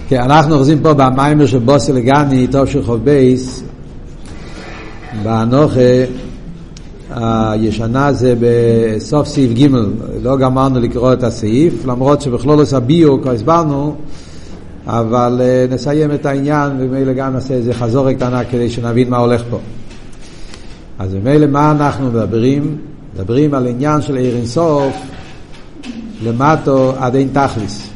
כן, אנחנו אוחזים פה במיימר של בוסי לגני, טוב של חוב בייס, באנוכה הישנה זה בסוף סעיף ג', לא גמרנו לקרוא את הסעיף, למרות שבכלול עושה ביו, כבר הסברנו, אבל נסיים את העניין, ומילא גם נעשה איזה חזור קטנה כדי שנבין מה הולך פה. אז במילא מה אנחנו מדברים? מדברים על עניין של עיר אין סוף, למטו עד אין תכליס.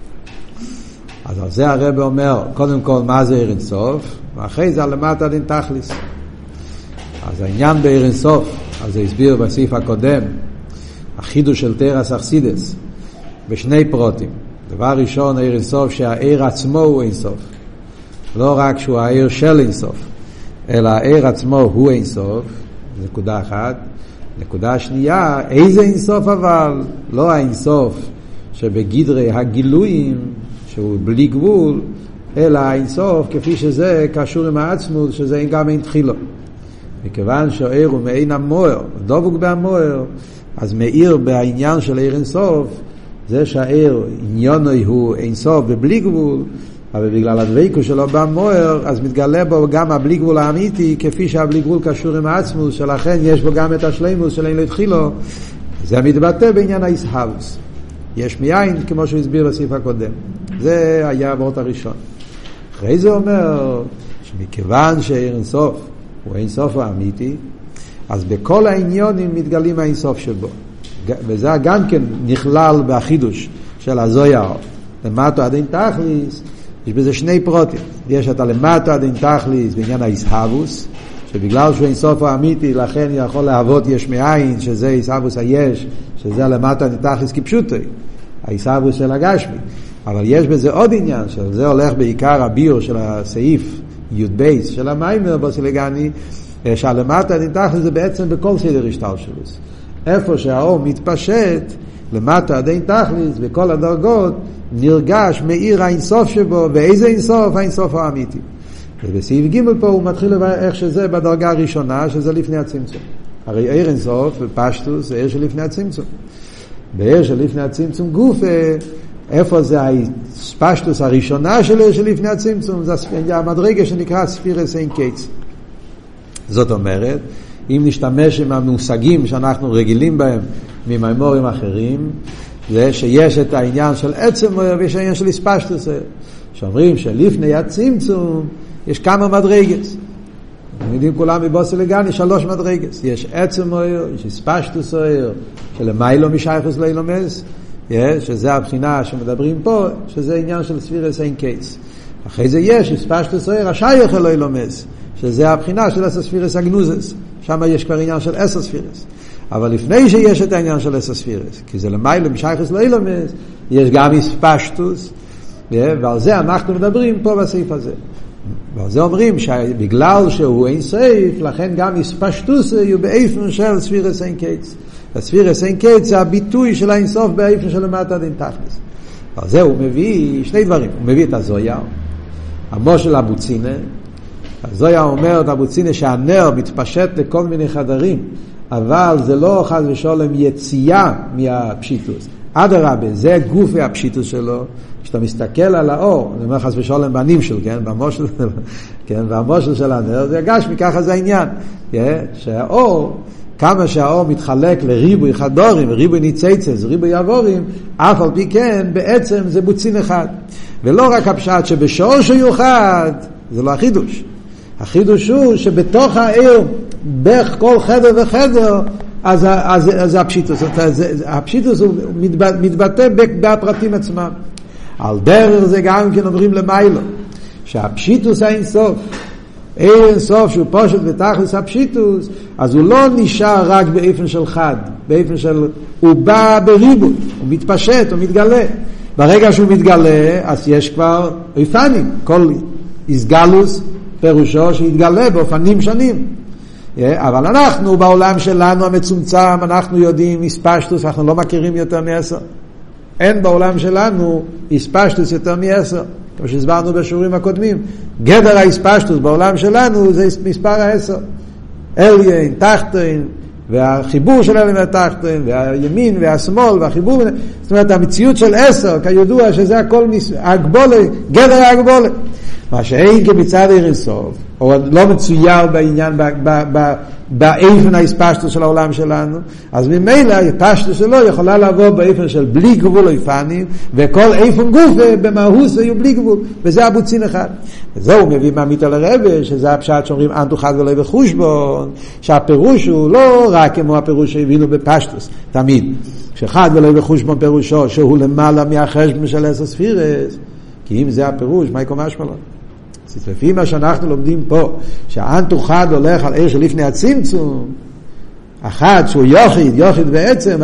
אז על זה הרב אומר, קודם כל מה זה עיר אין סוף, ואחרי זה על למטו עד אין תכליס. אז העניין בעיר אין סוף, אז זה הסביר בסעיף הקודם, החידוש של תרס אכסידס, בשני פרוטים. דבר ראשון, העיר אין סוף, שהעיר עצמו הוא אין סוף. לא רק שהוא העיר של אין סוף, אלא העיר עצמו הוא אין סוף, נקודה אחת. נקודה שנייה, איזה אין סוף אבל? לא האין סוף שבגדרי הגילויים, שהוא בלי גבול, אלא האין סוף כפי שזה קשור עם העצמות, שזה גם אין תחילו. מכיוון שהעיר הוא מעין המוער, דבוק בהמוער, אז מאיר בעניין של עיר אין סוף, זה שהעיר עניונו הוא אין סוף ובלי גבול, אבל בגלל הדבקות שלו במוער, אז מתגלה בו גם הבלי גבול האמיתי, כפי שהבלי גבול קשור עם העצמות, שלכן יש בו גם את השלימות של אין להתחילו. זה מתבטא בעניין הישהבוס. יש מיין, כמו שהוא הסביר בסעיף הקודם. זה היה הוורט הראשון. אחרי זה אומר, שמכיוון שעיר אין סוף, הוא אין סוף האמיתי, אז בכל העניונים מתגלים האין סוף שבו. וזה גם כן נכלל בחידוש של הזויר. למטו עד אין תכליס, יש בזה שני פרוטים. יש את הלמטו עד אין תכליס בעניין הישהבוס, שבגלל שהוא אין סוף האמיתי, לכן יכול להוות יש מאין, שזה הישהבוס היש, שזה הלמטו עד אין תכליס כפשוטי, הישהבוס של הגשמי. אבל יש בזה עוד עניין, שזה הולך בעיקר הביור של הסעיף י' בייס של המיימר בוסי לגני, שהלמטו עד אין תכליס זה בעצם בכל סדר השתלשלות. איפה שהאור מתפשט, למטו עד אין תכליס, בכל הדרגות, נרגש מאיר האינסוף שבו, ואיזה אינסוף? האינסוף האמיתי. ובסעיף ג' פה הוא מתחיל איך שזה בדרגה הראשונה, שזה לפני הצמצום. הרי עיר אינסוף ופשטוס זה עיר שלפני הצמצום. בעיר שלפני הצמצום גוף, איפה זה הפשטוס הראשונה של עיר שלפני הצמצום? זה המדרגה שנקרא ספירס אין קץ. זאת אומרת, אם נשתמש עם המושגים שאנחנו רגילים בהם ממיימורים אחרים, זה שיש את העניין של עצם ויש העניין של הספשטוס, שאומרים שלפני הצמצום יש כמה מדרגס. אנחנו יודעים כולם מבוסי לגני 3 מדרגס. יש עצם אויר, יש הספשטוס אויר, שלמיילו משייכוס לא ילומס, שזה הבחינה שמדברים פה, שזה עניין של ספירס אין קייס. אחרי זה יש הספשטוס אויר, השייך לא ילומס, שזה הבחינה של 10 ספירס הגנוזס. שם יש כבר עניין של 10 ספירס. אבל לפני שיש את העניין של 10 ספירס, כי זה למיילו משייכוס לא ילומס, יש גם הספשטוס, ועל זה אנחנו מדברים פה בסעיף הזה. ועל זה אומרים שבגלל שהוא אין סעיף, לכן גם הספשטוס יהיו באיפן של ספירס אין קץ. הספירס אין קץ זה הביטוי של האין סוף באיפן של למטה עד אין תכלס. ועל זה הוא מביא שני דברים. הוא מביא את הזויר, עמו של אבוצינה. הזויר אומר את אבוצינה שהנר מתפשט לכל מיני חדרים, אבל זה לא חס ושלום יציאה מהפשיטוס. אדרבה, זה גוף הפשיטוס שלו. כשאתה מסתכל על האור, אני אומר חס ושלום בנים של, כן, במושל, כן, והמושל של הנר, זה גשמי, ככה זה העניין, כן, שהאור, כמה שהאור מתחלק לריבוי חדורים, ריבוי ניצייצס, ריבוי יבורים, אף על פי כן, בעצם זה בוצין אחד. ולא רק הפשט שבשור שיוחד, זה לא החידוש. החידוש הוא שבתוך העיר, בכל חדר וחדר, אז הפשיטוס, הפשיטוס הוא מתבטא בפרטים עצמם. על דרך זה גם כן אומרים למיילו, שהפשיטוס האין סוף, אין סוף שהוא פושט ותכלס הפשיטוס, אז הוא לא נשאר רק באיפן של חד, באיפן של, הוא בא בריבוי, הוא מתפשט, הוא מתגלה. ברגע שהוא מתגלה, אז יש כבר אופנים, כל איסגלוס פירושו שהתגלה באופנים שונים. אבל אנחנו בעולם שלנו המצומצם, אנחנו יודעים הספשטוס, אנחנו לא מכירים יותר מ10. אין בעולם שלנו הספשטוס יותר מ10. כמו שהסברנו בשיעורים הקודמים, גדר ההספשטוס בעולם שלנו זה מספר 10. עליין, תחתין, והחיבור של האלמנט התחתון, והימין והשמאל, והחיבור, זאת אומרת, המציאות של 10, כידוע שזה הכל הגבולה, גדר ההגבולה. מה שאין כמצד אין סוף, או לא מצויר בעניין, באיפן ההספשטות של העולם שלנו, אז ממילא ההספשטות שלו יכולה לעבור באיפן של בלי גבול איפנים, וכל איפן גוף במהוס יהיו בלי גבול, וזה הבוצין אחד. וזהו מביא מעמית על הרבה, שזה הפשט שאומרים אנטו חד ולא בחושבון, שהפירוש הוא לא רק כמו הפירוש שהבינו בפשטוס, תמיד. שחד ולא בחושבון פירושו, שהוא למעלה מהחשבון של 10 ספירס, כי אם זה הפירוש, מה יקום משמע לו? לפי מה שאנחנו לומדים פה, שהאנטו חד הולך על עיר שלפני הצמצום, אחד שהוא יוחיד בעצם,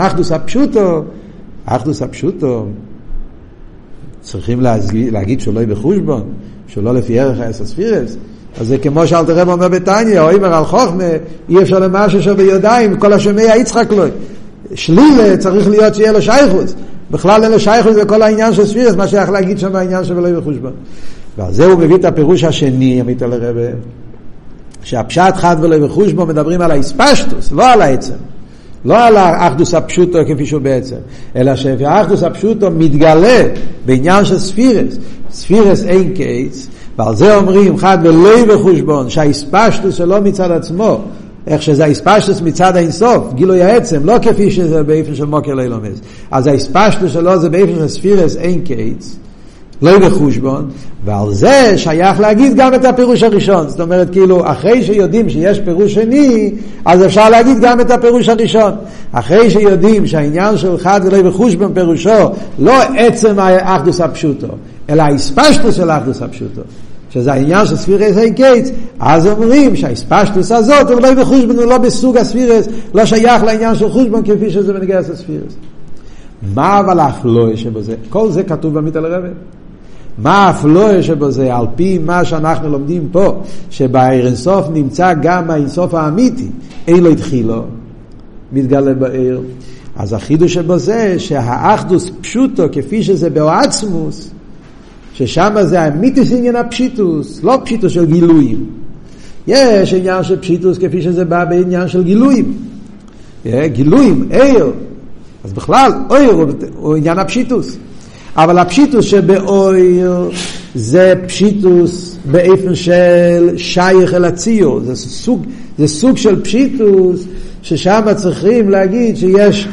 אחדוס הפשוטו, צריכים להגיד שהוא לא יהיה בחושבון, שהוא לא לפי ערך 10 ספירס, אז זה כמו שאלתר רב אומר בתניא, או אימר על חוכמה, אי אפשר למשהו שביודעים, כל השמע יצחק לו, שלילה צריך להיות שיהיה לו שייכות, בכלל אין לו שייכות בכל העניין של ספירס, מה שייך להגיד שם העניין שלא יהיה בחושבון. ועל זה הוא מביא את הפירוש השני, עמית על הרבה, שהפשט חד ולא בחושבון מדברים על ההספשטוס, לא על העצם, לא על האחדוס הפשוטו כפי שהוא בעצם, אלא שהאחדוס הפשוטו מתגלה בעניין של ספירס, ספירס אין קץ, ועל זה אומרים חד ולא בחושבון, שההספשטוס שלו מצד עצמו, איך שזה ההספשטוס מצד האינסוף, גילוי העצם, לא כפי שזה באיפן של מוקר לא ילומס, אז ההספשטוס שלו זה באיפן של ספירס אין קץ, לא בחושבון, ועל זה שייך להגיד גם את הפירוש הראשון. זאת אומרת, כאילו, אחרי שיודעים שיש פירוש שני, אז אפשר להגיד גם את הפירוש הראשון. אחרי שיודעים שהעניין של חד ולא בחושבון פירושו, לא עצם האחדוס הפשוטו, אלא ההספשטוס של האחדוס הפשוטו, שזה העניין של ספירס אין קץ, אז אומרים שההספשטוס הזאת, הוא לא בחושבון, הוא לא בסוג הספירס, לא שייך לעניין של חושבון כפי שזה בנגע של ספירס. מה אבל האפלואה שבזה? כל זה כתוב בעמית על הרבה. מה האפלואה שבזה, על פי מה שאנחנו לומדים פה, שבעיר אינסוף נמצא גם האינסוף האמיתי, אין לו התחילו, מתגלה בעיר. אז החידוש שבזה, שהאחדוס פשוטו, כפי שזה בעצמוס, ששם זה האמיתוס עניין הפשיטוס, לא פשיטוס של גילויים. יש עניין של פשיטוס כפי שזה בא בעניין של גילויים. גילויים, עיר. אז בכלל, עיר הוא עניין הפשיטוס. אבל הפשיטוס שבאויר זה פשיטוס באופן של שייך אל הציור, זה סוג של פשיטוס ששם צריכים להגיד שיש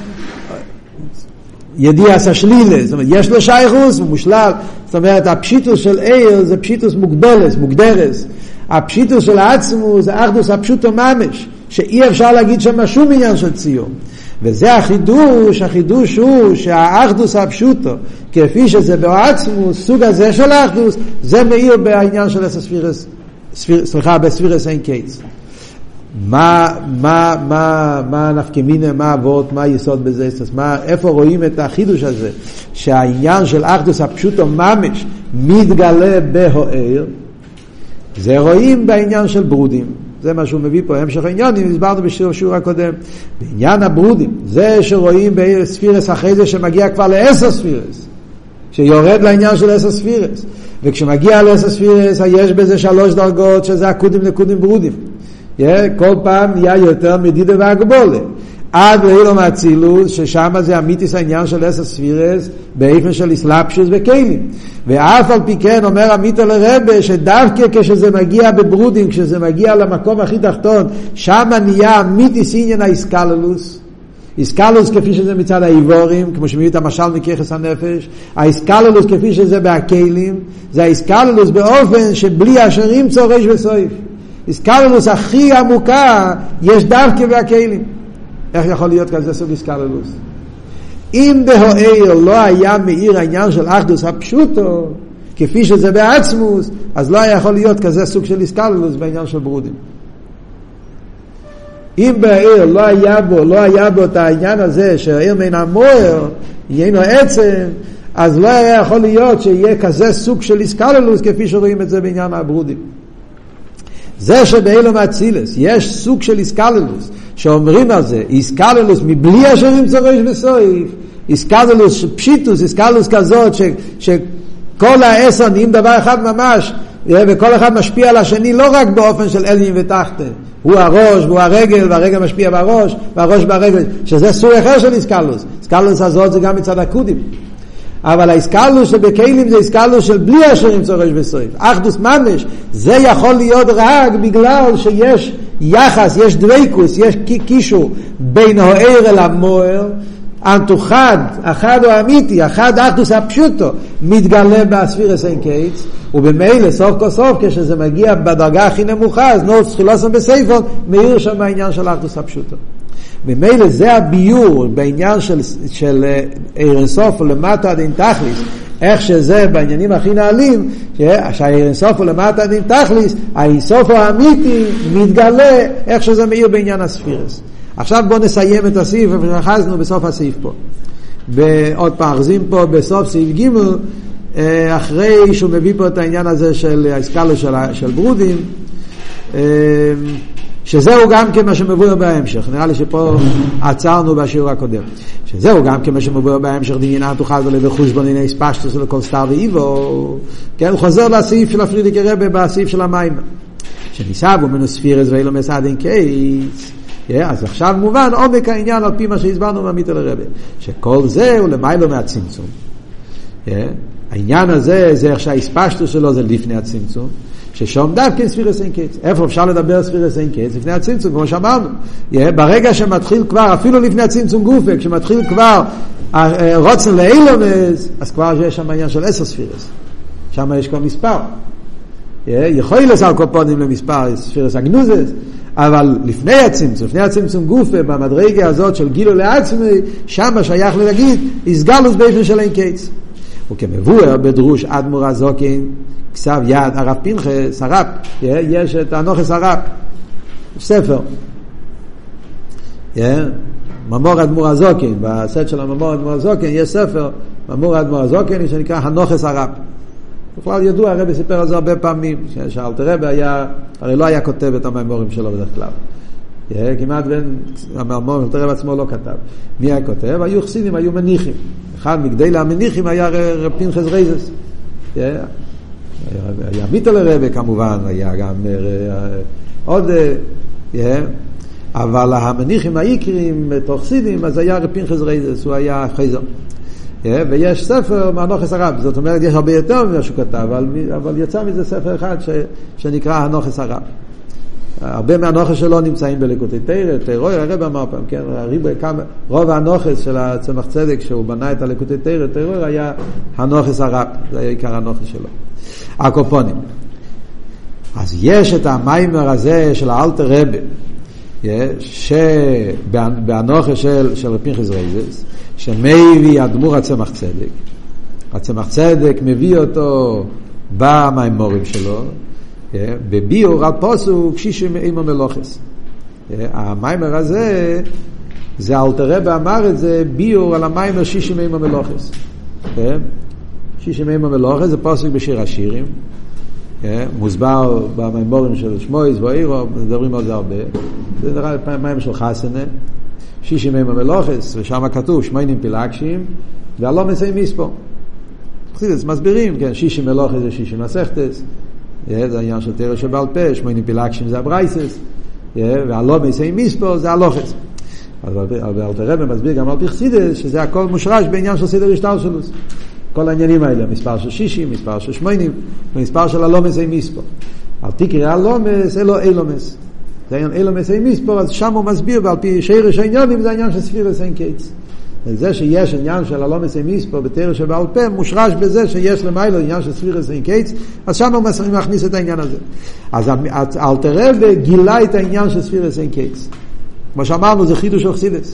ידיעה שלילה, זאת אומרת יש לו שייכוס ומושלל, זאת אומרת הפשיטוס של איר זה פשיטוס מוגדרס, הפשיטוס של העצמו זה אחדוס הפשוטו ממש, שאי אפשר להגיד שם שום עניין של ציור. וזה החידוש הוא שהאחדוס הפשוטו, כפי שזה בעצמו, סוג הזה של האחדוס, זה מאיר בעניין של בספירס אין קץ. מה נפקמינה, מה אבות, מה יסוד בזה, איפה רואים את החידוש הזה, שהעניין של אחדוס הפשוטו ממש מתגלה בהוער, זה רואים בעניין של ברודים. זה מה שהוא מביא פה, המשך העניינים, הסברנו בשיעור הקודם. בעניין הברודים, זה שרואים בספירס אחרי זה שמגיע כבר ל10 ספירס, שיורד לעניין של 10 ספירס. וכשמגיע ל10 ספירס, יש בזה 3 דרגות, שזה הקודים לקודים ברודים. כל פעם נהיה יותר מדידה והגבולה. עד לאילום האצילוס, ששם זה אמיתיס העניין של 10 ספירס, באופן של אסלאפשוס וכלים. ואף על פי כן אומר עמית על הרבה, שדווקא כשזה מגיע בברודים, כשזה מגיע למקום הכי תחתון, שם נהיה אמיתיס עניין האסקללוס. אסקללוס כפי שזה מצד האיבורים, כמו שמביא את המשל מכיחס הנפש, האסקללוס כפי שזה בהכלים, זה האסקללוס באופן שבלי אשר ימצא ריש וסויף. אסקללוס הכי עמוקה יש דווקא בהכלים. איך יכול להיות כזה סוג אסקללוס? אם בהוער לא היה מאיר העניין של אחדוס הפשוטו, כפי שזה בעצמוס, אז לא היה יכול להיות כזה סוג של אסקללוס בעניין של ברודים. אם בהוער לא היה בו את העניין הזה, שהעיר מן המוער, יהיינו עצם, אז לא היה יכול להיות שיהיה כזה סוג של אסקללוס, כפי שרואים את זה בעניין הברודים. זה שבאילום האצילס יש סוג של אסקללוס, שאומרים על זה, אסקללוס מבלי אשר ימצא ריש וסויף, אסקללוס פשיטוס, אסקללוס כזאת, שכל 10 נהיים דבר אחד ממש, וכל אחד משפיע על השני לא רק באופן של אליים ותחתן, הוא הראש והוא הרגל, והרגל משפיע בראש והראש ברגל, שזה סוג אחר של איסקלוס. איסקלוס הזאת זה גם מצד הקודים, אבל האיסקלוס שבכלים זה איסקלוס של בלי השרים צורש וסויף. אחדוס ממש זה יכול להיות רק בגלל שיש יחס, יש דוויקוס, יש קישור בין העיר אל המוער, אנטו חד, החד הוא אמיתי, החד אחדוס הפשוטו מתגלה בספירס אין קייץ, ובמילא סוף כל סוף כשזה מגיע בדרגה הכי נמוכה, אז נור סחילוסם בסייפון מאיר שם העניין של אחדוס הפשוטו. במילא זה הביור בעניין של עיר סוף ולמטה עד אין תכליס, איך שזה בעניינים הכי נעלים, שהעיר סוף ולמטה עד אין תכליס, האינסוף האמיתי מתגלה איך שזה מאיר בעניין הספירס. עכשיו בואו נסיים את הסעיף, וחזנו בסוף הסעיף פה. עוד פעם, אחזים פה בסוף סעיף ג' אחרי שהוא מביא פה את העניין הזה של האסקלו של ברודים, שזהו גם כמה שמבואר בהמשך. נראה לי שפה עצרנו בשיעור הקודם. שזהו גם כמה שמבואר בהמשך, דמינה תוכל ולבחוש בניני ספשטוס לכל סתר ואיבו. כן, הוא חוזר לסעיף של הפרידיקי רבי בסעיף של המים. שניסב ומנו ספירס ואילו מסעדין קייץ. אז עכשיו מובן עומק העניין על פי מה שהסברנו מעמית אל הרבי, שכל זה הוא למיילו מהצמצום. העניין הזה זה איך שההספשטוס שלו זה לפני הצמצום, ששום דווקא ספירס אין קץ. איפה אפשר לדבר ספירס אין קץ? לפני הצמצום, כמו שאמרנו. ברגע שמתחיל כבר, אפילו לפני הצמצום גופה, כשמתחיל כבר רוצן לאילומס, אז כבר יש שם העניין של 10 ספירס. שם יש כבר מספר. יכול לסל קופונים למספר ספירס הגנוזס, אבל לפני הצמצום גופה, במדרגה הזאת של גילו לעצמי, שם שייך להגיד, הסגלוס באופן של אין קץ. וכמבואר בדרוש אדמו"ר הזוקין, כתב יד הרב פנחס, הרב, יש את הנוחס הרב, ספר. ממור אדמו"ר הזוקין, בסט של הממור אדמו"ר הזוקין, יש ספר, ממור אדמו"ר הזוקין, שנקרא הנוחס הרב. בכלל ידוע, הרבי סיפר על זה הרבה פעמים, שאלתר רבי היה, הרי לא היה כותב את המאמורים שלו בדרך כלל. כמעט בין המאמורים, אלתר רבי עצמו לא כתב. מי היה כותב? היו חסידים, היו מניחים. אחד מגדלי המניחים היה רב פנחס רייזס. היה מיטל הרבי כמובן, היה גם עוד, אבל המניחים העיקריים, תוך חסידים, אז היה רב פנחס רייזס, הוא היה חייזר. ויש ספר מהנוחס הרב, זאת אומרת יש הרבה יותר ממה שהוא כתב, אבל יצא מזה ספר אחד שנקרא הנוחס הרב. הרבה מהנוחס שלו נמצאים בליקוטי תורה, הרב אמר פעם, כן, רוב הנוחס של הצמח צדק שהוא בנה את הליקוטי תורה היה הנוחס הרב, זה היה עיקר הנוחס שלו. הקופונים. אז יש את המיימר הזה של האלטר רבי, שבהנוחס של רב פנחס רייזס, שמביא אדמו"ר הצמח צדק. הצמח צדק מביא אותו במיימורים שלו, בביור על פוסוק שישים אימו מלוכס. המיימר הזה, זה אלתר רבי אמר את זה, ביור על המיימר שישים אימו מלוכס. שישים אימו מלוכס זה פוסק בשיר השירים, מוסבר במיימורים של שמואס ואירו, מדברים על זה הרבה. זה נראה מיימר של חסנה. שישים אימו מלוכס, ושם כתוב שמיינים פילגשים, והלא מסיים מספור. חסידות מסבירים, כן, שישים מלוכס זה שישים מסכתס, זה העניין של תורה שבעל פה, שמיינים פילגשים זה הברייסס, והלא מסיים מספור זה הלוכס. אבל אלתר רבי מסביר גם על פי חסידות, שזה הכל מושרש בעניין של סדר השתלשלות. כל העניינים האלה, מספר של שישים, מספר של שמיינים, ומספר של הלא מסיים מספור. אל תקרא הלא מס, אלו אילומס. זה העניין אילומס אין מספור, אז שם הוא מסביר, ועל פי שרש העניינים זה העניין של ספירס אין קץ. זה שיש עניין של הלומס אין מספור בתורה שבעל פה, מושרש בזה שיש למיילו עניין של ספירס אין קץ, אז שם הוא מכניס את העניין הזה. אז אלתר רבי גילה את העניין של ספירס אין קץ. כמו שאמרנו, זה חידוש של חסידות.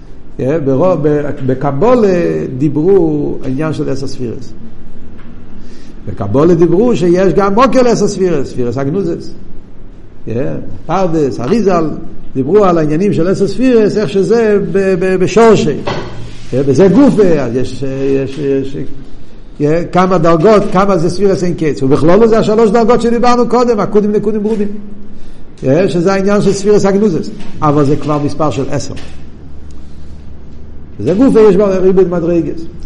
בקבולה דיברו העניין של 10 ספירס. בקבולה דיברו שיש גם מוקר 10 ספירס, ספירס הגנוזס. פרדס, אריזל, דיברו על העניינים של 10 ספירס, איך שזה בשורשי. וזה גופה, אז יש כמה דרגות, כמה זה ספירס אין קץ. ובכלולו זה 3 דרגות שדיברנו קודם, הקודים נקודים ברודים. שזה העניין של ספירס הגנוזס. אבל זה כבר מספר של 10. וזה גופה, יש בה ריבוד מדרגס.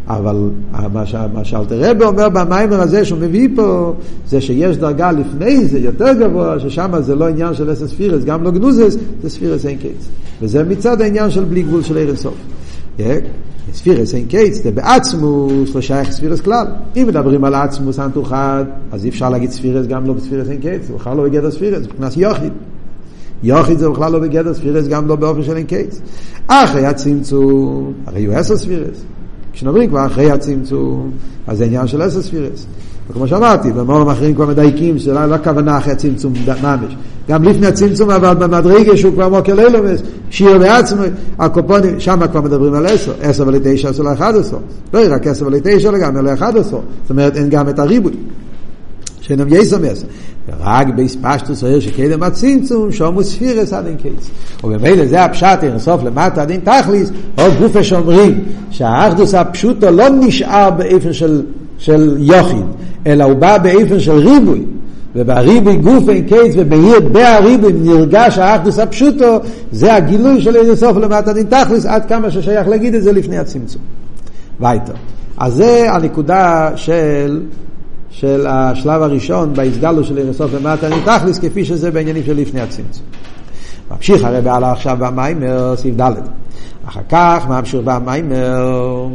אבל מה שאלתר רבי אומר במיימר הזה שהוא מביא פה, זה שיש דרגה לפני זה יותר גבוה, ששם זה לא עניין של עשר ספירס, גם לא גנוזס, זה ספירס אין קץ. וזה מצד העניין של בלי גבול של ערן סוף. ספירס אין קץ, זה בעצמוס, לא שייך ספירס כלל. אם מדברים על עצמוס אנתוחד, אז אי אפשר להגיד ספירס גם לא בספירס אין קץ, זה בכלל לא בגדר ספירס, זה בכנס יוחיד. יוחיד זה בכלל לא בגדר ספירס, גם לא באופן של אין קץ. אחרי הצמצום, הרי יהיו 10 ספירס. כשנאמרים כבר אחרי הצמצום, אז זה עניין של 10 ספירס. וכמו שאמרתי, במורים אחרים כבר מדייקים, שלא לא הכוונה אחרי הצמצום ממש. גם לפני הצמצום, אבל במדרגה שהוא כבר מוקר לילומס, שיר בעצמו, הקופונים, שם כבר מדברים על 10. 10 ועלי 9, 10 ל-11. לא רק 10 ועלי 9, אלא גם ל-11. זאת אומרת, אין גם את הריבוי. שאינם יסם 10. רק בהספשטוס אומר שקדם הצמצום, שומו ספירס עד אין קץ. ובמילא זה הפשט, אינסוף למטה עד אין תכליס, עוד גופה שאומרים שהאחדוס הפשוטו לא נשאר באיפן של יוחיד, אלא הוא בא באיפן של ריבוי. ובריבוי גוף אין קץ, ובהריבוי נרגש האחדוס הפשוטו, זה הגילוי של אינסוף למטה עד אין תכליס, עד כמה ששייך להגיד את זה לפני הצמצום. ואיתו. אז זה הנקודה של השלב הראשון בהסגלו של אינסוף למטה אין תכליס, כפי שזה בעניינים של לפני הצמצום. ממשיך הרב הלאה עכשיו במיימר סעיף ד'. אחר כך ממשיך במיימר,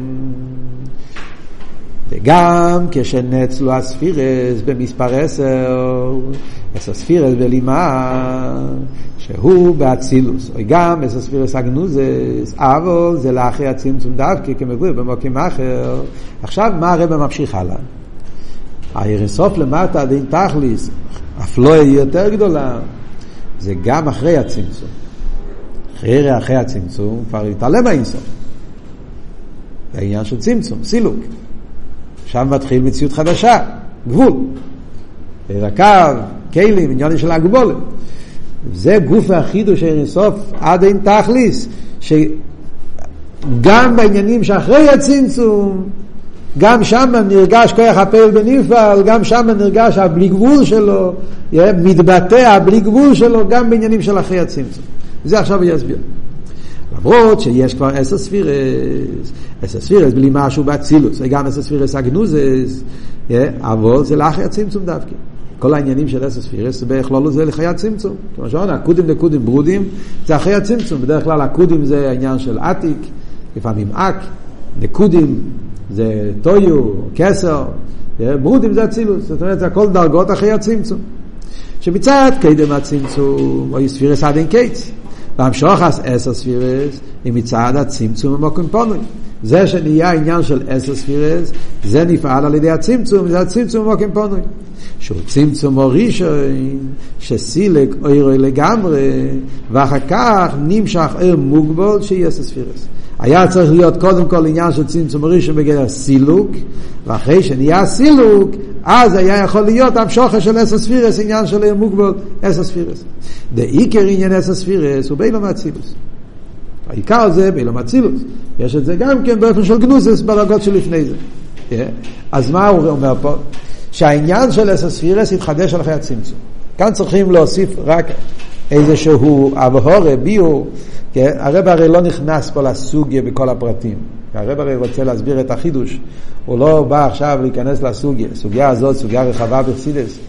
וגם כשנצלו הספירס במספר 10 ספירס בלימה שהוא באצילוס, או גם ספירס הגנוזס, אבל זה לאחרי הצמצום דווקא כמבואר במוקם אחר. עכשיו מה הרב ממשיך הלאה? האינסוף למטה עד אין תכליס, הפלואה היא יותר גדולה, זה גם אחרי הצמצום. אחרי הצמצום כבר יתעלם האינסוף. זה העניין של צמצום, סילוק. שם מתחיל מציאות חדשה, גבול. רקב, כלים, עניינים של הגבולת. זה גוף החידוש של אינסוף עד אין תכליס, שגם בעניינים שאחרי הצמצום, גם שם נרגש כוח הפעל בנפעל, גם שם נרגש הבלי גבול שלו, מתבטא הבלי גבול שלו, גם בעניינים של אחרי הצמצום. זה עכשיו יסביר. למרות שיש כבר 10 ספירס בלי משהו באצילוס, וגם 10 ספירס הגנוזס, אבל זה לאחרי הצמצום דווקא. כל העניינים של 10 ספירס בכללו זה לחיי הצמצום. כמו שאומרים, הקודים לקודים ברודים, זה אחרי הצמצום. בדרך כלל הקודים זה העניין של עתיק, לפעמים אק, נקודים זה טויו, כסר, ברודים זה הצילוס. זאת אומרת, זה הכל דרגות אחרי הצמצום. שמצד קדם הצמצום, או ספירס עד אין קץ. והמשוחס 10 ספירס, היא מצד הצמצום במוקם פונוי. זה שנהיה העניין של 10 ספירס, זה נפעל על ידי הצמצום, זה הצמצום במוקם פונוי. שהוא צמצום ראשון, שסילק אוירוי לגמרי, ואחר כך נמשך אור מוגבל שיהיה 10 ספירס. היה צריך להיות קודם כל עניין של צמצום ראשון בגדר סילוק, ואחרי שנהיה סילוק, אז היה יכול להיות המשוחס של 10 ספירס, עניין של אור מוגבל 10 ספירס. העיקר עניין 10 ספירס הוא באילום אצילוס. העיקר זה באילום אצילוס. יש את זה גם כן באופן של גנוזס בדרגות שלפני זה. אז מה הוא אומר פה? שהעניין של 10 ספירס יתחדש על אחרי הצמצום. כאן צריכים להוסיף רק איזשהו הבהורה, ביור. הרב הרי לא נכנס פה לסוגיה בכל הפרטים. הרב הרי רוצה להסביר את החידוש. הוא לא בא עכשיו להיכנס לסוגיה. הסוגיה הזאת, סוגיה רחבה בחסידות.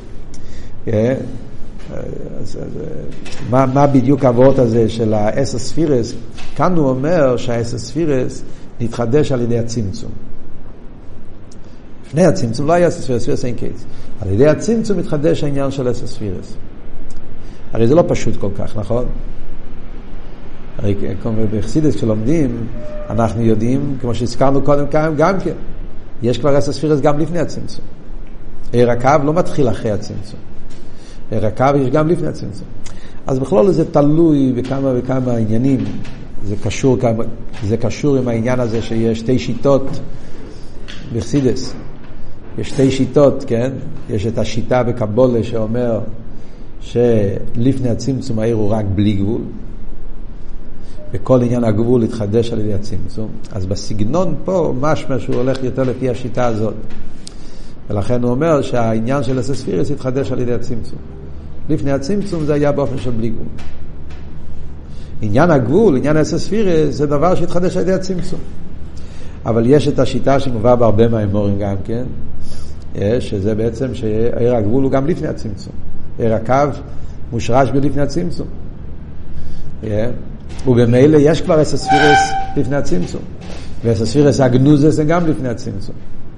מה בדיוק העברות הזה של 10 ספירס? כאן הוא אומר שה10 ספירס נתחדש על ידי הצמצום. לפני הצמצום לא היה 10 ספירס, ספירס אין קץ. על ידי הצמצום מתחדש העניין של 10 ספירס. הרי זה לא פשוט כל כך, נכון? הרי בחסידות כשלומדים, אנחנו יודעים, כמו שהזכרנו קודם גם כן, יש כבר 10 ספירס גם לפני הצמצום. הקו לא מתחיל אחרי הצמצום. הקו יש גם לפני הצמצום. אז בכלל זה תלוי בכמה וכמה עניינים. זה קשור עם העניין הזה שיש 2 שיטות בחסידות. יש 2 שיטות, כן? יש את השיטה בקבולה שאומר שלפני הצמצום העיר הוא רק בלי גבול. וכל עניין הגבול יתחדש על ידי הצמצום. אז בסגנון פה משמע שהוא הולך יותר לפי השיטה הזאת. ולכן הוא אומר שהעניין של 10 ספירס יתחדש על ידי הצמצום. לפני הצמצום זה היה באופן של בלי גבול. עניין הגבול, עניין 10 ספירס, זה דבר שהתחדש על ידי הצמצום. אבל יש את השיטה שמובא בהרבה מהאמורים גם כן, שזה בעצם שעיר הגבול הוא גם לפני הצמצום. עיר הקו מושרש בלפני הצמצום. ובמילא יש כבר עשר ספירס לפני הצמצום. ועשר ספירס הגנוזה זה גם לפני הצמצום.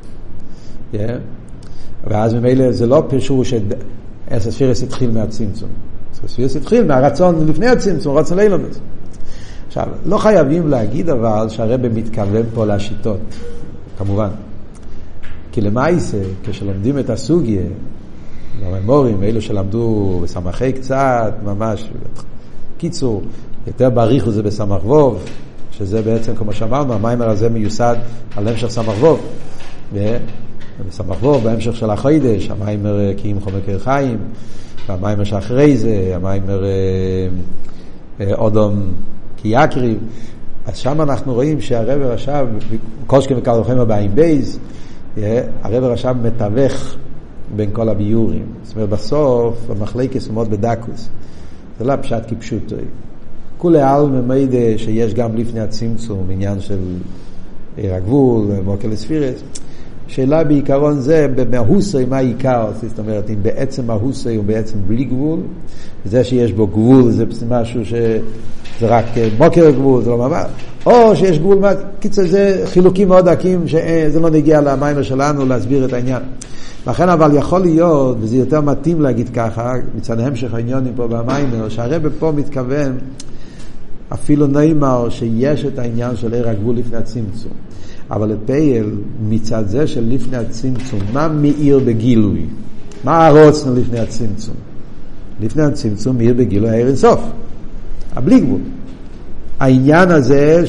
ואז במילא זה לא פשור שעשר ספירס התחיל מהצמצום. עשר ספירס התחיל מהרצון לפני הצמצום, רצון לאילומס. עכשיו, לא חייבים להגיד אבל שהרבא מתכוון פה לשיטות, כמובן. כי למעשה, כשלומדים את הסוגיה, הממורים, אלו שלמדו בסמכי קצת, ממש, קיצור, יותר בעריך זה בסמך ווב, שזה בעצם, כמו שאמרנו, המיימר הזה מיוסד על המשך סמך ווב. בסמך ווב, בהמשך של החיידש, המיימר קיים חומר חיים, והמיימר שאחרי זה, המיימר אודום כי יקריב. אז שם אנחנו רואים שהרב רש"ב, קושקן וקלוחם הבאים בייז, הרב רש"ב מתווך בין כל הביורים. זאת אומרת, בסוף המחלקת מאוד בדקוס. זה לא פשט כפשוט. כולי על ממיידה שיש גם לפני הצמצום, עניין של עיר הגבול, מוקל ספירס. שאלה בעיקרון זה, במהוסי מה העיקר? זאת אומרת, אם בעצם מהוסי הוא בעצם בלי גבול, זה שיש בו גבול זה משהו שזה רק מוקר גבול, זה לא ממש. או שיש גבול, קיצר זה חילוקים מאוד עקים, שזה לא נגיע למיימר שלנו להסביר את העניין. לכן אבל יכול להיות, וזה יותר מתאים להגיד ככה, מצד המשך העניונים פה במיימר, שהרבא פה מתכוון, אפילו נאמר שיש את העניין של עיר הגבול לפני הצמצום. אבל לפייל מצד זה של לפני הצמצום, מה מאיר בגילוי? מה הרוצנו לפני הצמצום? לפני הצמצום מאיר בגילוי העיר אינסוף. הבלי גבול. העניין הזה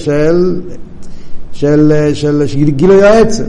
של גילוי העצם.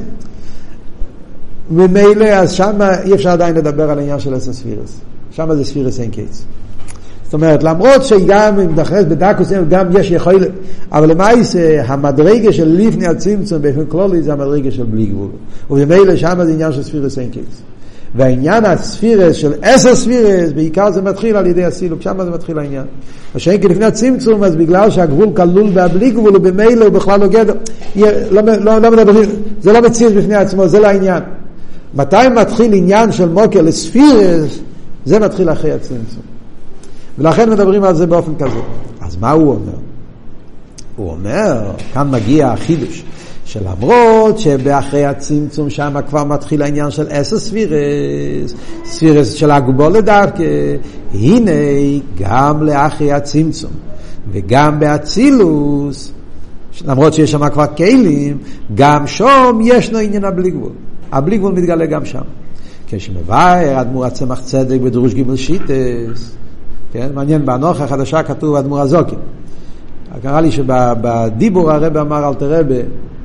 ומילא, אז שם אי אפשר עדיין לדבר על העניין של עשר ספירס. שם זה ספירס אין קייס. זאת אומרת, למרות שגם אם דחרס בדקוס, גם יש יכול, אבל למעשה, המדרגה של לפני הצמצום, באופן כללי, זה המדרגה של בלי גבול. ובמילא, שם זה עניין של ספירס אין קייס. והעניין הספירס של עשר ספירס, בעיקר זה מתחיל על ידי הסילוק, שם זה מתחיל העניין. השאין כי לפני הצמצום, אז בגלל שהגבול כלול בהבלי גבול, ובמילא הוא בכלל לא גדר, לא מדברים, זה לא מציץ בפני עצמו, זה לא העניין. מתי מתחיל עניין של מוקר לספירס, זה מתחיל אחרי הצמצום. ולכן מדברים על זה באופן כזה. אז מה הוא אומר? הוא אומר, כאן מגיע החידוש, שלמרות שבאחרי הצמצום שם כבר מתחיל העניין של עשר ספירס, ספירס של הגבול דווקא, הנה גם לאחרי הצמצום, וגם באצילוס, למרות שיש שם כבר כלים, גם שם ישנו עניין הבלי גבול. הבלי גבול מתגלה גם שם. כשמבאר אדמו"ר הצמח צדק בדרוש ג' שיטס, כן? מעניין, באנוך החדשה כתוב אדמו"ר הזוקין. קרא לי שבדיבור הרב אמר אל תרבה,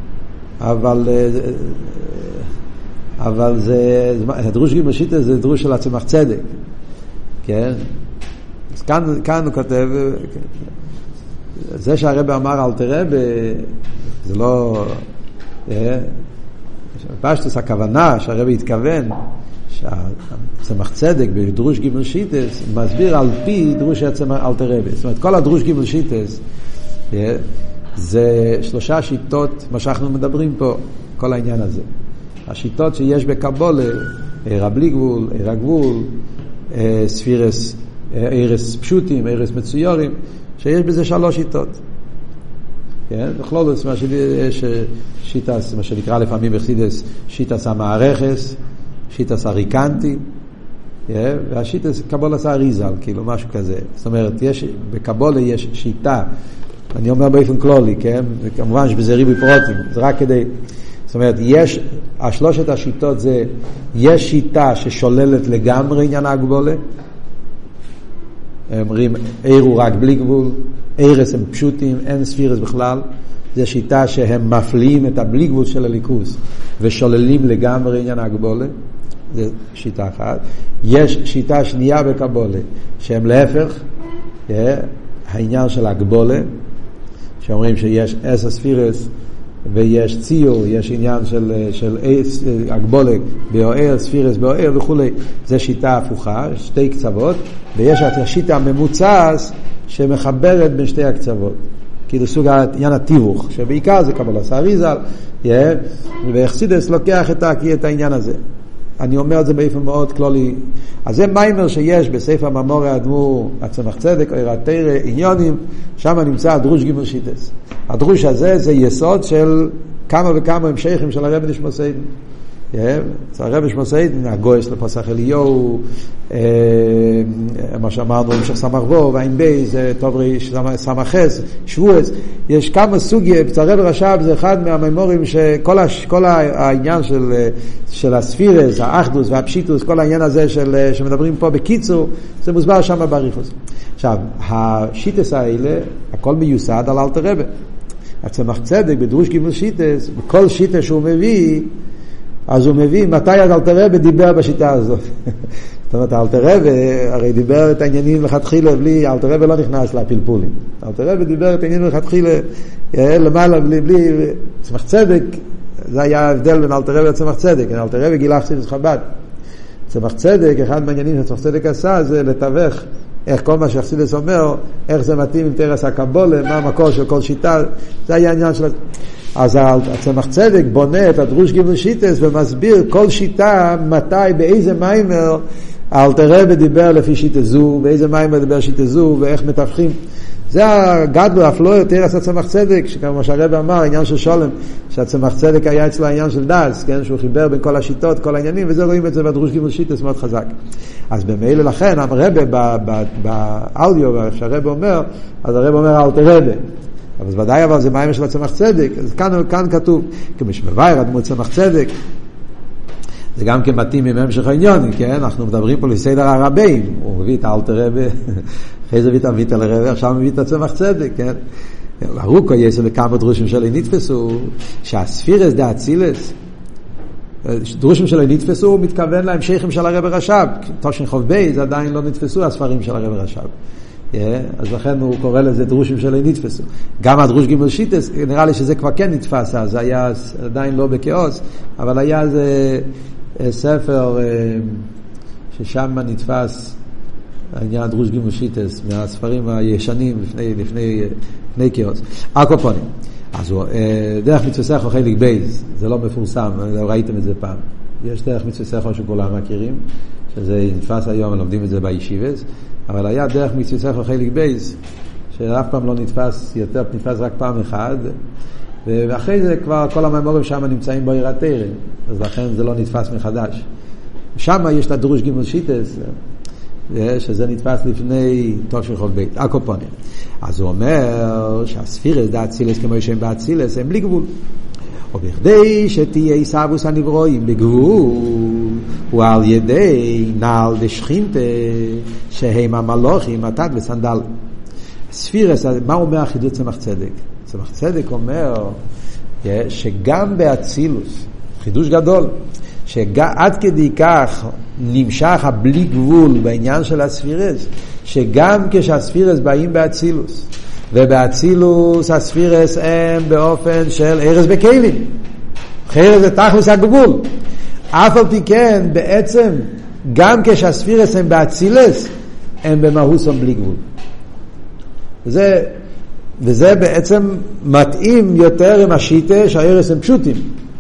אבל זה דרוש ג' שיטס זה דרוש של הצמח צדק. כן? אז כאן הוא כותב, זה שהרב אמר אל תרבה, זה לא... פשטוס הכוונה שהרב התכוון שהצמח צדק בדרוש ג' שיטס מסביר על פי דרוש הצמח אל תרבה. זאת אומרת כל הדרוש ג' שיטס זה שלושה שיטות מה שאנחנו מדברים פה, כל העניין הזה. השיטות שיש בקבולה, עיר הבלי גבול, עיר הגבול, ספירס, עירס פשוטים, עירס מצוירים, שיש בזה שלוש שיטות. כן? בכלול זה יש שיטס, מה שנקרא לפעמים בחסידות, שיטס המערכס, שיטס הריקנטי, והשיטס קבולת האריזל, כאילו משהו כזה. זאת אומרת, בקבולה יש שיטה, אני אומר באופן כללי, כן? וכמובן שבזה ריבוי פרוטים, זה רק כדי, זאת אומרת, השלושת השיטות זה, יש שיטה ששוללת לגמרי עניין הגבולה, אומרים, עיר הוא רק בלי גבול, עירס הם פשוטים, אין ספירס בכלל, זה שיטה שהם מפליאים את הבלי גבול של הליכוס, ושוללים לגמרי עניין הגבולה, זה שיטה אחת. יש שיטה שנייה בקבולה, שהם להפך, העניין של הגבולה, שאומרים שיש עשר ספירס, ויש ציור, יש עניין של הגבולה באוהר, ספירס באוהר וכו'. זה שיטה הפוכה, שתי קצוות, ויש את השיטה הממוצעת שמחברת בין שתי הקצוות. כאילו סוג העניין התיווך, שבעיקר זה קבלת האריזל, וחסידס לוקח את העניין הזה. אני אומר את זה באופן מאוד כללי. אז זה מיימר שיש בספר מאמרי האדמו"ר הצמח צדק, אור התורה, עניונים, שם נמצא הדרוש ג' שיטס. הדרוש הזה זה יסוד של כמה וכמה המשכים של הרב נשמע סיידן. הרב נשמע סיידן, הגויס לפסח אליהו, מה שאמרנו, המשך סמך בו, והאין בי, זה טוב ראש, סמך חס, שבועץ. יש כמה סוגי, הרב רש"ב זה אחד מהמימורים שכל העניין של הספירס, האחדוס והפשיטוס, כל העניין הזה שמדברים פה בקיצור, זה מוסבר שם באריכות. עכשיו, השיטס האלה, הכל מיוסד על אלתר רבי. הצמח צדק בדרוש ג' שיטס, בכל שיטה שהוא מביא, אז הוא מביא מתי אלתר רבי דיבר בשיטה הזאת. זאת אומרת, אלתר רבי הרי דיבר את העניינים לכתחילה בלי, אלתר רבי לא נכנס לפלפולים. אלתר רבי דיבר את העניינים לכתחילה למעלה בלי צמח צדק, זה היה ההבדל בין אלתר רבי לצמח צדק. אלתר רבי גילה חסידות חב"ד. צמח צדק, אחד מהעניינים שצמח צדק עשה זה לתווך איך כל מה שחסידס אומר, איך זה מתאים עם תרס הקבולה, מה המקור של כל שיטה, זה היה העניין של... אז הצמח צדק בונה את הדרוש ג' שיטס ומסביר כל שיטה מתי, באיזה מיימר אלתר רבי דיבר לפי שיטה זו, באיזה מיימר דיבר שיטה זו, ואיך מתווכים. זה הגדלו, אף לא יותר עשה צמח צדק, שכמו שהרבי אמר, העניין של שולם, שהצמח צדק היה אצלו העניין של דס, כן? שהוא חיבר בין כל השיטות, כל העניינים, וזה רואים את זה בדרוש ג' שיטס מאוד חזק. אז במילא לכן, הרבי באודיו, שהרבי אומר, אז הרבי אומר אלתר רבי. אבל ודאי אבל זה מיימר של הצמח צדק, אז כאן כתוב, כמו שמבאר אדמו"ר צמח צדק, זה גם כן מתאים עם המשך העניון, כן? אנחנו מדברים פה לסדר הרבים, הוא מביא את אלתר רבי, אחרי זה מביא את הרבי, עכשיו מביא את הצמח צדק, כן? לרוקו יש לכמה דרושים שלהם נתפסו, שהספירס דה אצילס, דרושים שלהם נתפסו, הוא מתכוון להמשכים של הרבי רש"ב, תושן חוב בי, זה עדיין לא נתפסו הספרים של הרבי רש"ב. אז לכן הוא קורא לזה דרושים שלהם נתפסו. גם הדרוש ג' שיטס, נראה לי שזה כבר כן נתפס, אז היה עדיין לא בכאוס, אבל היה איזה ספר ששם נתפס העניין הדרוש ג' שיטס מהספרים הישנים לפני כאוס. הקופונים. אז הוא, דרך מצווה סכו חלק בייז, זה לא מפורסם, ראיתם את זה פעם. יש דרך מצווה סכו שכולם מכירים, שזה נתפס היום, לומדים את זה בישיבס, אבל היה דרך מצווה סכו חלק בייז, שאף פעם לא נתפס, יותר נתפס רק פעם אחד, ואחרי זה כבר כל המאמרים שם נמצאים בעיר התורה, אז לכן זה לא נתפס מחדש. שם יש את הדרוש ג' שיטס, שזה נתפס לפני תושן חוב בית, הקופונים. אז הוא אומר שהספירס דה אצילס כמו שהם באצילס הם בלי גבול. ובכדי שתהיה עיסאוויס הנברואים בגבול, ועל ידי נעל דשכינתה שהם המלוכים מתת וסנדל. ספירס, מה אומר החידוש צמח צדק? צמח צדק אומר שגם באצילוס, חידוש גדול, שעד כדי כך נמשך הבלי גבול בעניין של הספירס, שגם כשהספירס באים באצילוס, ובאצילוס הספירס הם באופן של ערס בכלים, אחרת זה תכלס הגבול. אף על פי כן בעצם גם כשהספירס הם באצילס הם במהוסם בלי גבול. וזה בעצם מתאים יותר עם השיטה שהערס הם פשוטים.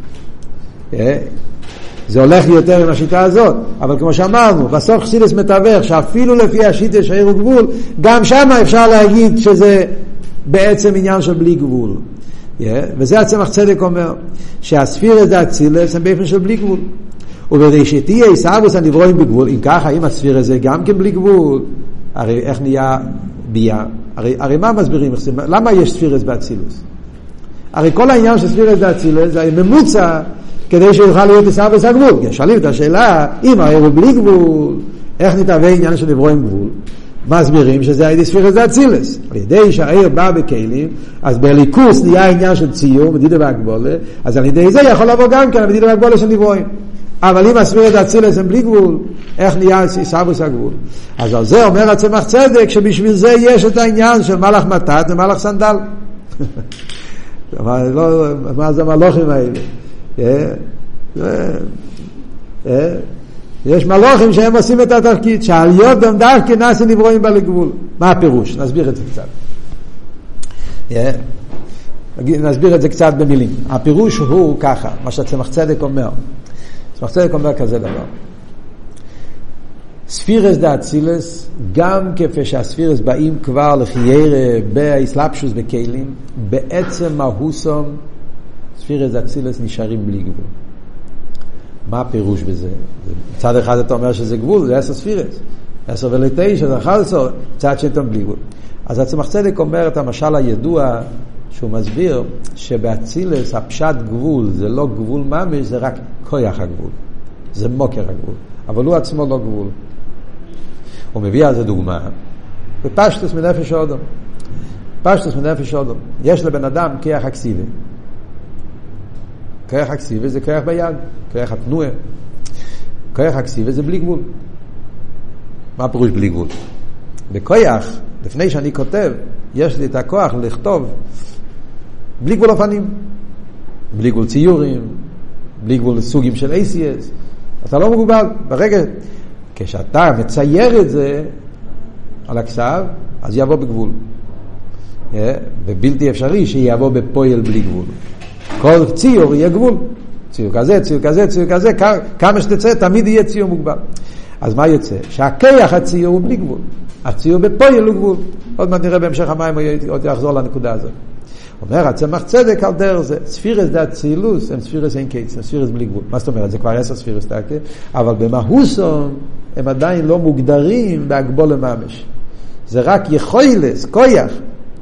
זה הולך יותר עם השיטה הזאת, אבל כמו שאמרנו, בסוף חסידס מתווך שאפילו לפי השיטה שהעיר הוא גבול, גם שם אפשר להגיד שזה בעצם עניין של בלי גבול. וזה הצמח צדק אומר, שהספירס דה אצילס הם באופן של בלי גבול. ובראשיתי עיסאוויס הנברואים בגבול, אם ככה, אם הספירס זה גם כן בלי גבול, הרי איך נהיה ביה? הרי מה מסבירים? למה יש ספירס באצילוס? הרי כל העניין של ספירס דה אצילס זה ממוצע כדי שיוכל להיות עיסאוויס הגבול. שואלים את השאלה, אם העיר הוא בלי גבול, איך נתהווה עניין של נברואים גבול? מסבירים שזה הידי ספירס דה אצילס. על ידי שהעיר בא בכלים, אז בליכוס נהיה העניין של ציור, מדידה והגבולה, אז על ידי זה יכול לבוא גם כן, מדידה והגבולה של נברואים. אבל אם הספירס דה אצילס הם בלי גבול, איך נהיה עיסאוויס הגבול? אז על זה אומר הצמח צדק, שבשביל זה יש את העניין של מלאך מתת ומלאך סנדל. מה זה המלאכים האלה? יש מלאכים שהם עושים את התפקיד שעל יודם דווקא נעשה נברואים בלי גבול. מה הפירוש? נסביר את זה קצת. נסביר את זה קצת במילים. הפירוש הוא ככה, מה שהצמח צדק אומר. צמח צדק אומר כזה דבר. ספירס דה אצילס, גם כפי שהספירס באים כבר לחיירה באסלאפשוס בכלים, בעצם מהוסום ספירס דה אצילס נשארים בלי גבול. מה הפירוש בזה? מצד אחד אתה אומר שזה גבול, זה 10 ספירס. 10 ול9, זה 11, צד שאתם בלי גבול. אז הצמח צדק אומר את המשל הידוע, שהוא מסביר שבאצילס הפשט גבול זה לא גבול ממש, זה רק כוח הגבול. זה מוקר הגבול. אבל הוא עצמו לא גבול. הוא מביא על זה דוגמה. בפשטוס מנפש אדם. פשטוס מנפש אדם. יש לבן אדם כוח אקסיבי. כוח אקסיבי זה כוח ביד. כוח התנועה. כוח אקסיבי זה בלי גבול. מה הפירוש בלי גבול? בכוח, לפני שאני כותב, יש לי את הכוח לכתוב בלי גבול אופנים. בלי גבול ציורים. בלי גבול סוגים של ACS. אתה לא מגובל. ברגע כשאתה מצייר את זה על הכתב, אז יבוא בגבול. ובלתי אפשרי שיבוא בפועל בלי גבול. כל ציור יהיה גבול. ציור כזה, ציור כזה, ציור כזה, כמה שתצא, תמיד יהיה ציור מוגבל. אז מה יוצא? שהכיח הציור הוא בלי גבול. הציור בפועל הוא גבול. עוד מעט נראה בהמשך המים, עוד יחזור לנקודה הזאת. אומר, הצמח צדק על דרך זה, ספירס דה צילוס, הם ספירס אין קייץ, הם ספירס בלי גבול. מה זאת אומרת? זה כבר 10 ספירס תקה, אבל במהוסון הם עדיין לא מוגדרים בהגבול לממש. זה רק יכולס, כוח.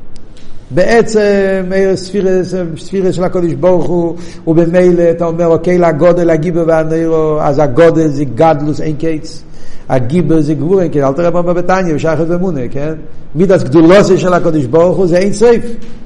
בעצם ספירס של הקודש ברוך הוא, ובמילא אתה אומר, אוקיי, לגודל, הגיבר והנאירו, אז הגודל זה גדלוס אין קייץ. הגיבר זה גבול אין קייץ. אל תראה במה בטניה, ושייכת ומונה, כן? מידס גדולוסי של הקודש ברוך הוא זה אין סייף.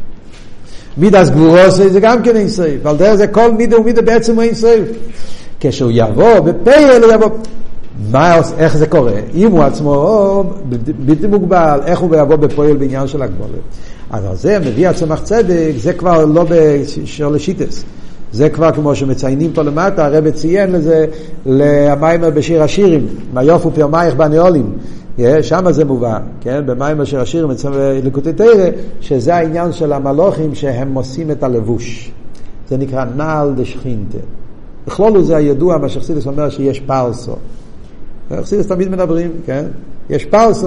מידס גבורוסי זה גם כן אין סייף. על דרך זה כל מידה ומידה בעצם הוא אין סייף. כשהוא יבוא בפייל הוא יבוא. איך זה קורה? אם הוא עצמו בלתי מוגבל, איך הוא יבוא בפועל בעניין של הגבולת? אבל זה מביא הצמח צדק, זה כבר לא בשרלשיטס. זה כבר כמו שמציינים פה למטה, הרב ציין לזה למיימר בשיר השירים, מה יופו פרמייך בנאולים. שם זה מובא, כן? במיימר שיר השירים, לקוטי תירה, שזה העניין של המלוכים שהם עושים את הלבוש. זה נקרא נעל דשכינתה. בכלול זה הידוע, מה שחסידס אומר שיש פרסו. חסידס תמיד מדברים, כן? יש פרסו.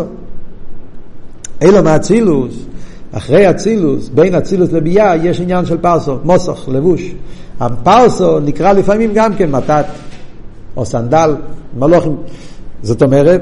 אלו מהצילוס, אחרי הצילוס, בין הצילוס לבייה, יש עניין של פרסו, מוסך, לבוש. הפרסו נקרא לפעמים גם כן מתת, או סנדל, מלוכים. זאת אומרת,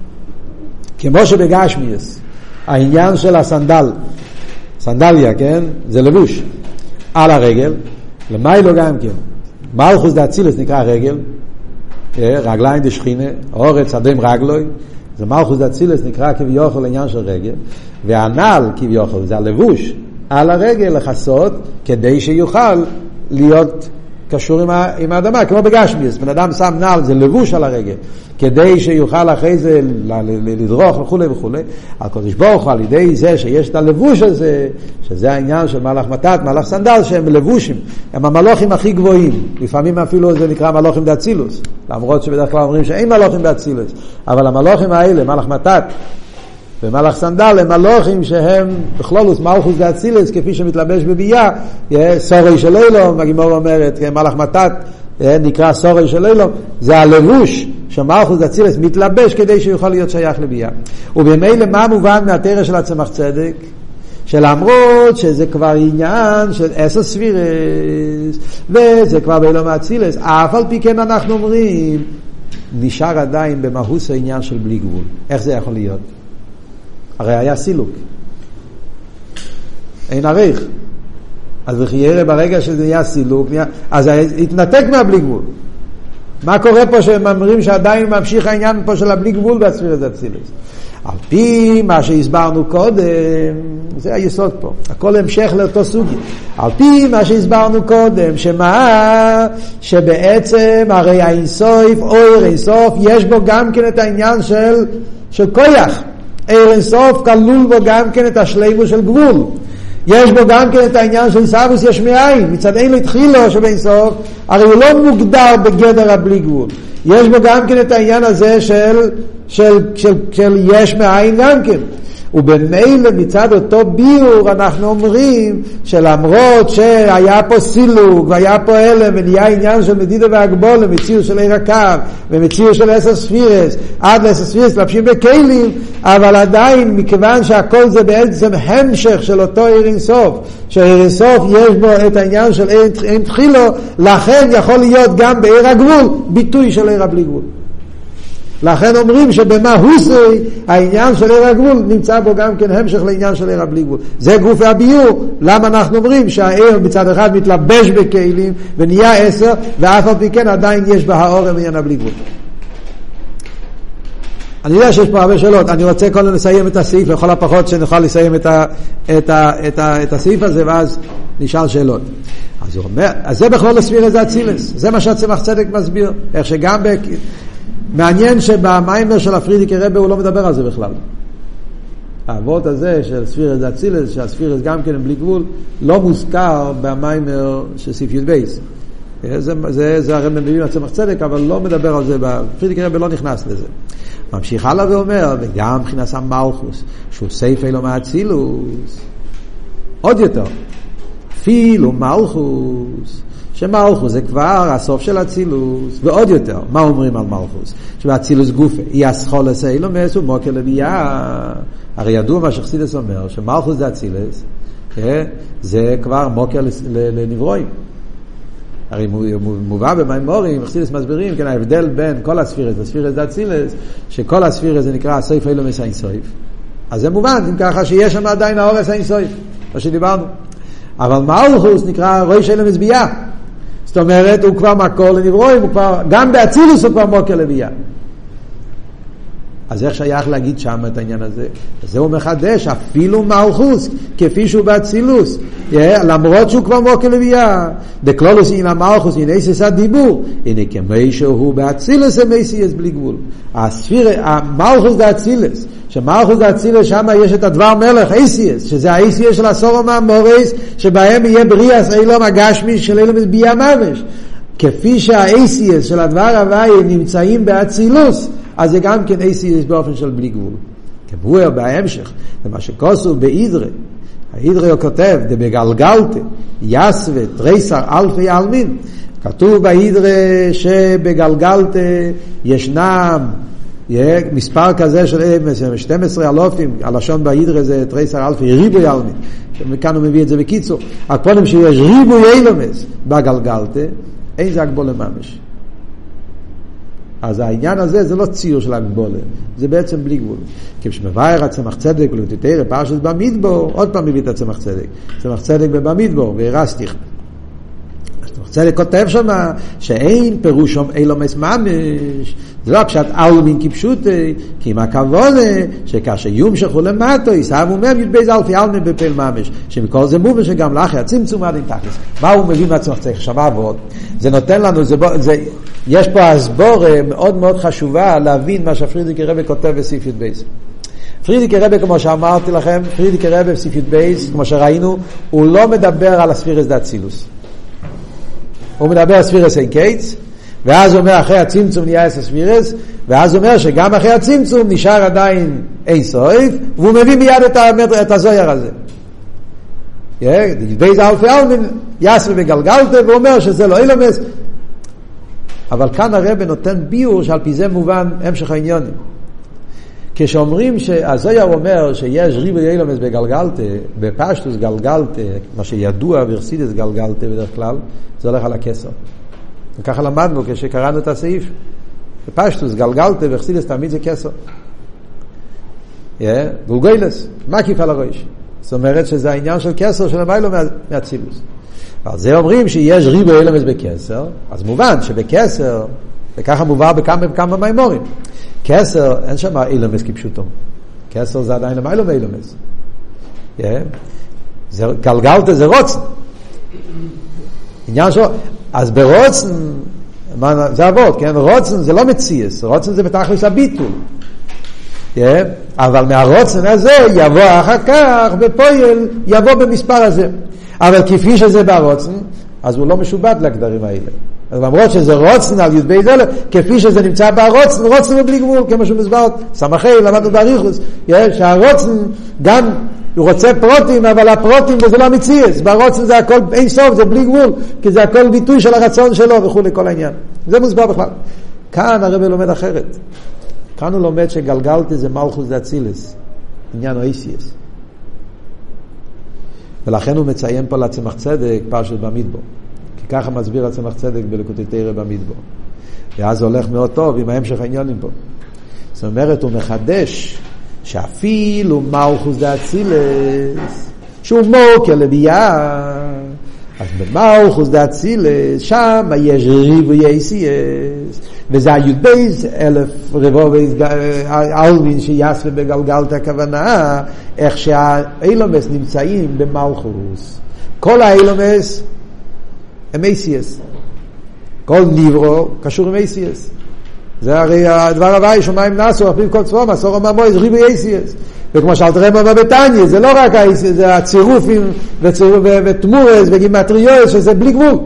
כמו שבגשמיאס, העניין של הסנדל, סנדליה, כן? זה לבוש. על הרגל, למיילו גם כן. מלכוס דאצילס נקרא רגל, רגליים דשכינה, אורץ אדם רגלוי, זה מלכוס דאצילס נקרא כביוכל עניין של רגל, והנעל כביוכל זה הלבוש על הרגל לחסות, כדי שיוכל להיות קשור עם האדמה, כמו בגשמיאס, בן אדם שם נעל, זה לבוש על הרגל, כדי שיוכל אחרי זה לדרוך וכו' וכו'. הקדוש ברוך הוא על ידי זה שיש את הלבוש הזה, שזה העניין של מלאך מתת, מלאך סנדל, שהם לבושים, הם המלוכים הכי גבוהים, לפעמים אפילו זה נקרא מלוכים דאצילוס, למרות שבדרך כלל אומרים שאין מלוכים דאצילוס, אבל המלוכים האלה, מלאך מתת ומלאך סנדל, הם מלוכים שהם בכלולוס מלכוס דאצילוס, כפי שמתלבש בבייה, סורי של אילום, הגימור אומרת, מלאך מתת נקרא סורי של אילום, זה הלבוש שמלכוס דאצילוס מתלבש כדי שיוכל להיות שייך לבייה. ובמילא מה מובן מהתורה של הצמח צדק? שלמרות שזה כבר עניין של 10 ספירס, וזה כבר באילום האצילוס, אף על פי כן אנחנו אומרים, נשאר עדיין במהוס העניין של בלי גבול. איך זה יכול להיות? הרי היה סילוק. אין עריך. אז בחיירה ברגע שזה נהיה סילוק, אז התנתק מהבלי גבול. מה קורה פה שהם אומרים שעדיין ממשיך העניין פה של הבלי גבול בספירת אצילוס? על פי מה שהסברנו קודם, זה היסוד פה. הכל המשך לאותו סוגי. על פי מה שהסברנו קודם, שבעצם הרי האינסוף, או אינסוף, יש בו גם כן את העניין של כוח. אינסוף כלול בו גם כן את השלימו של גבול. יש בו גם כן את העניין של סבוס יש מאין, מצד אין להתחילו שבאינסוף, הרי הוא לא מוגדר בגדר הבלי גבול. יש בו גם כן את העניין הזה של יש מאין גם כן. ובמילא מצד אותו ביור אנחנו אומרים שלמרות שהיה פה סילוק והיה פה הלם ונהיה עניין של מדידה והגבולה, מציאו של עיר הקו ומציאו של 10 ספירס, עד ל10 ספירס לפשים בכלים, אבל עדיין מכיוון שהכל זה בעצם המשך של אותו עיר אינסוף, שעיר אינסוף יש בו את העניין של אין תחילו, לכן יכול להיות גם בעיר הגבול ביטוי של עיר הבלי גבול. לכן אומרים שבמהוסי העניין של עיר הגבול נמצא בו גם כן המשך לעניין של עיר הבלי גבול. זה גוף הביור. למה אנחנו אומרים שהעיר מצד אחד מתלבש בכלים ונהיה 10, ואף על פי כן עדיין יש בה האור מעניין הבלי גבול. אני יודע שיש פה הרבה שאלות. אני רוצה קודם לסיים את הסעיף, לכל הפחות שנוכל לסיים את הסעיף הזה, ואז נשאל שאלות. אז הוא אומר, אז זה בכלל לסביר איזה אצילס. זה מה שהצמח צדק מסביר. איך שגם מעניין שבמיימר של הפרידיקי רבי הוא לא מדבר על זה בכלל. העבוד הזה של ספירס אצילס, שהספירס גם כן בלי גבול, לא מוזכר במיימר של סעיף י' בייס. זה הרי מביאים לצמח צדק, אבל לא מדבר על זה, הפרידיקי רבי לא נכנס לזה. ממשיך הלאה ואומר, וגם מבחינת המלכוס, שהוא סייף אלו מהאצילוס, עוד יותר, אפילו מלכוס, שמלכוס זה כבר הסוף של אצילוס, ועוד יותר, מה אומרים על מלכוס? שבאצילוס גופה, היא הסחולס אילומס ומוקר לביאה. הרי ידוע מה שחסידס אומר, שמלכוס זה אצילס, זה כבר מוקר לנברואים. הרי מובא במיימורים, חסידס מסבירים, כן, ההבדל בין כל הספירס לספירס זה אצילס, שכל הספירס זה נקרא הסוף אילומס האינסוף. אז זה מובן, אם ככה שיש שם עדיין האורס האינסוף, מה שדיברנו. אבל מלכוס נקרא ראש אילומס ביאה. זאת אומרת, הוא כבר מקור לנברואים, הוא כבר, גם באצילוס הוא כבר מוקר לביאה. אז איך שייך להגיד שם את העניין הזה? זהו מחדש, אפילו מלכוס, כפי שהוא באצילוס, למרות שהוא כבר מוקר לביאה. דקלולוס אין המלכוס, אין איסס הדיבור, הנה כמי שהוא באצילוס, הם איסס בלי גבול. המלכוס זה אצילוס, שמלכוס זה אצילוס, שם יש את הדבר מלך, איסס, שזה האיסס של הסורום המורס, שבהם יהיה בריאס אילום הגשמי של אילום ביאה ממש. כפי שהאיסס של הדבר הוואי נמצאים באצילוס, אז זה גם כן ACS באופן של בלי גבול. כמובן בהמשך, למה שכוסו בהידרה, ההידרה הוא כותב, דבגלגלת, יסווה, תריסר, אלפי אלמין. כתוב בהידרה שבגלגלת ישנם מספר כזה של 12 אלופים, הלשון בהידרה זה תריסר אלפי ריבוי אלמין. וכאן הוא מביא את זה בקיצור. הקודם שיש ריבוי אילומס בגלגלת, אין זה הגבול לממש. אז העניין הזה זה לא ציור של הגבולה, זה בעצם בלי גבול. כשמבאר הצמח צדק ולתתרא פרשת במדבר, עוד פעם מביא את הצמח צדק. צמח צדק במדבר, והרסתיך. הצמח צדק כותב שם שאין פירושום אילומס ממש, זה לא פשט אלמין כפשוטי, כי אם הכוונה שכאשר יומשכו למטו, ישאבו מהם ידבייז אלפי אלמין בפל ממש, שמכל זה מובן שגם לאחר הצמצום עד עם תכלס. מה הוא מביא מהצמח צדק? שמה ועוד. זה נותן לנו, יש פה הסבור מאוד מאוד חשובה להבין מה שפרידיקי רבי כותב בסעיף י' בייס. פרידיקי רבי, כמו שאמרתי לכם, פרידיקי רבי בסעיף י' בייס, כמו שראינו, הוא לא מדבר על הספירס דאצילוס. הוא מדבר על ספירס אין קייץ, ואז הוא אומר אחרי הצמצום נהיה אס הספירס, ואז הוא אומר שגם אחרי הצמצום נשאר עדיין אין סויף, והוא מביא מיד את הזויר הזה. בייז אלפי אלמין, יסר וגלגלת, והוא אומר שזה לא אילומס, אבל כאן הרב נותן ביור שעל פי זה מובן המשך העניונים. כשאומרים שהזויר אומר שיש ריבוי אילומס בגלגלת, בפשטוס גלגלת, מה שידוע ורסידס גלגלת בדרך כלל, זה הולך על הכסר. וככה למדנו כשקראנו את הסעיף. בפשטוס גלגלת ורסידס תמיד זה כסר. גולגוילס, מקיף על הראש. זאת אומרת שזה העניין של כסר של המיילו מהצילוס. ועל זה אומרים שיש ריבוי אילומס בכסר, אז מובן שבכסר, וככה מובן בכמה מימורים. כסר, אין שם אילומס כפשוטו. כסר זה עדיין המיילו מאילומס. גלגלת זה רוצן. עניין שלו. אז ברוצן, זה עבוד, כן? רוצן זה לא מציאס. רוצן זה בתכלס הביטול. אבל מהרוצן הזה יבוא אחר כך בפועל, יבוא במספר הזה. אבל כפי שזה ברוצן, אז הוא לא משובד להגדרים האלה. אז למרות שזה רוצן על י"ב אלה, כפי שזה נמצא ברוצן, רוצן ובלי גבול, כמו שהוא מסבר, סמכי, למדנו באריכוס, שהרוצן גם, הוא רוצה פרוטים, אבל הפרוטים זה לא מציאס, ברוצן זה הכל אין סוף, זה בלי גבול, כי זה הכל ביטוי של הרצון שלו וכו' לכל העניין. זה מוסבר בכלל. כאן הרב לומד אחרת. כאן הוא לומד שגלגלתי זה מלכוס דאצילס, עניין האיסיאס. ולכן הוא מציין פה לצמח צדק פרשת במדבר. כי ככה מסביר הצמח צדק בליקוטי תורה במדבר. ואז הולך מאוד טוב עם ההמשך העניינים פה. זאת אומרת, הוא מחדש שאפילו מלכוס דאצילס, שהוא מוקר לביאה, אז במלכוס דאצילס, שם יש ריבוי איסיאס, וזה הי"בייז 1000 רבובי אלמין שיספה בגלגלת הכוונה, איך שהאילומס נמצאים במלכוס. כל האילומס הם איסיאס. כל ניברו קשור עם איסיאס. זה הרי הדבר הבא, שמיים נסו, אפיו כל צבום, עשור הממויז, ריבוי איסיאס. וכמו שאלת רמב"ם בבטניה, זה לא רק האיסיאס, זה הצירופים ותמורס וגימטריוס, שזה בלי גבול.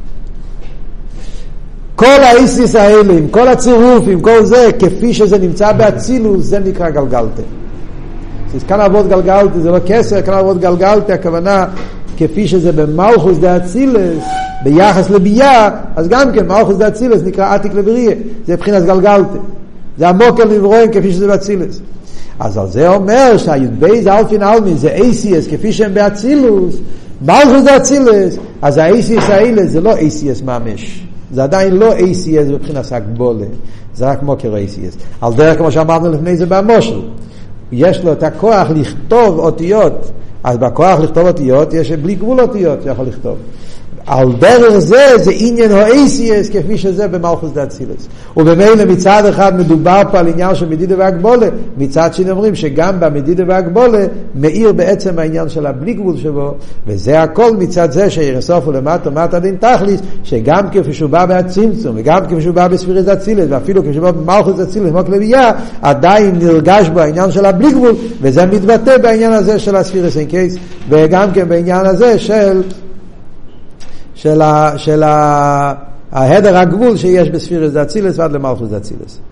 כל האיסיס האלה, עם כל הצירוף, עם כל זה, כפי שזה נמצא באצילוס, זה נקרא גלגלתה. כאן עבוד גלגלתה, זה לא כסר, כאן עבוד גלגלתה, הכוונה, כפי שזה במלכוס דאצילס, ביחס לבייה, אז גם כן, מלכוס דאצילס נקרא עתיק לבריה, זה מבחינת גלגלתה. זה המוקר לברואים כפי שזה באצילס. אז על זה אומר שהי"בייז אלפין אלמין זה אייסיאס, כפי שהם באצילוס, מלכוס דאצילס, אז האייסיאס האלה זה לא אייסיאס ממש. זה עדיין לא ACS בבחינת הגבולה, זה רק מוקר ACS. על דרך כמו שאמרנו לפני זה במושל, יש לו את הכוח לכתוב אותיות, אז בכוח לכתוב אותיות יש בלי גבול אותיות שיכול לכתוב. על דרך זה עניין ה-ACS כפי שזה במלכוס דאצילס. ובמילא מצד אחד מדובר פה על עניין של מדידה והגבולה, מצד שני אומרים שגם במדידה והגבולה מאיר בעצם העניין של הבלי גבול שבו, וזה הכל מצד זה שירסופו למטה מטה דין תכליס, שגם כפי שהוא בא בהצמצום, וגם כפי שהוא בא בספירס דאצילס, ואפילו כפי שהוא בא במלכוס דאצילס, מוק לבייה, עדיין נרגש בו העניין של הבלי גבול, וזה מתבטא בעניין הזה של הספירס אין קייס, וגם כן בעניין הזה של ההדר הגבול שיש בספירס דאצילס ועד למלכוס דאצילס.